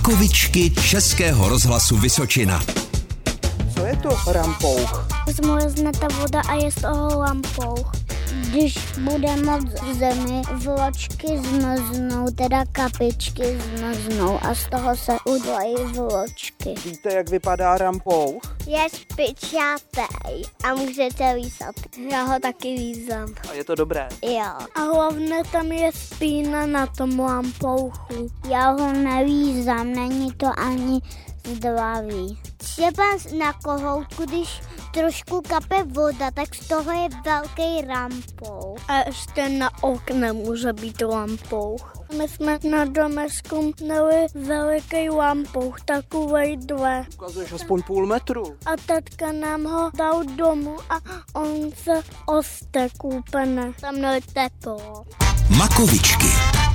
Makovičky Českého rozhlasu Vysočina. Co je to rampouch? Zmrzne ta voda a je z toho lampouch. Když bude moc v zemi, vločky zmrznou, teda kapičky zmrznou a z toho se udělají vločky. Víte, jak vypadá rampouch? Je špičatý a můžete lízat. Já ho taky lízám. A je to dobré? Jo. A hlavně tam je spína na tom lampouchu. Já ho nelízám, není to ani zdravý. Třeba na kohoutku, když trošku kape voda, tak z toho je velký rampouch. A ještě na okne může být lampouch. My jsme na domesku měli veliký lampouch, takovej 2. Ukazuješ aspoň půl metru. A tatka nám ho dal domů a on se ostek úplně. Tam měli teplo. Makovičky.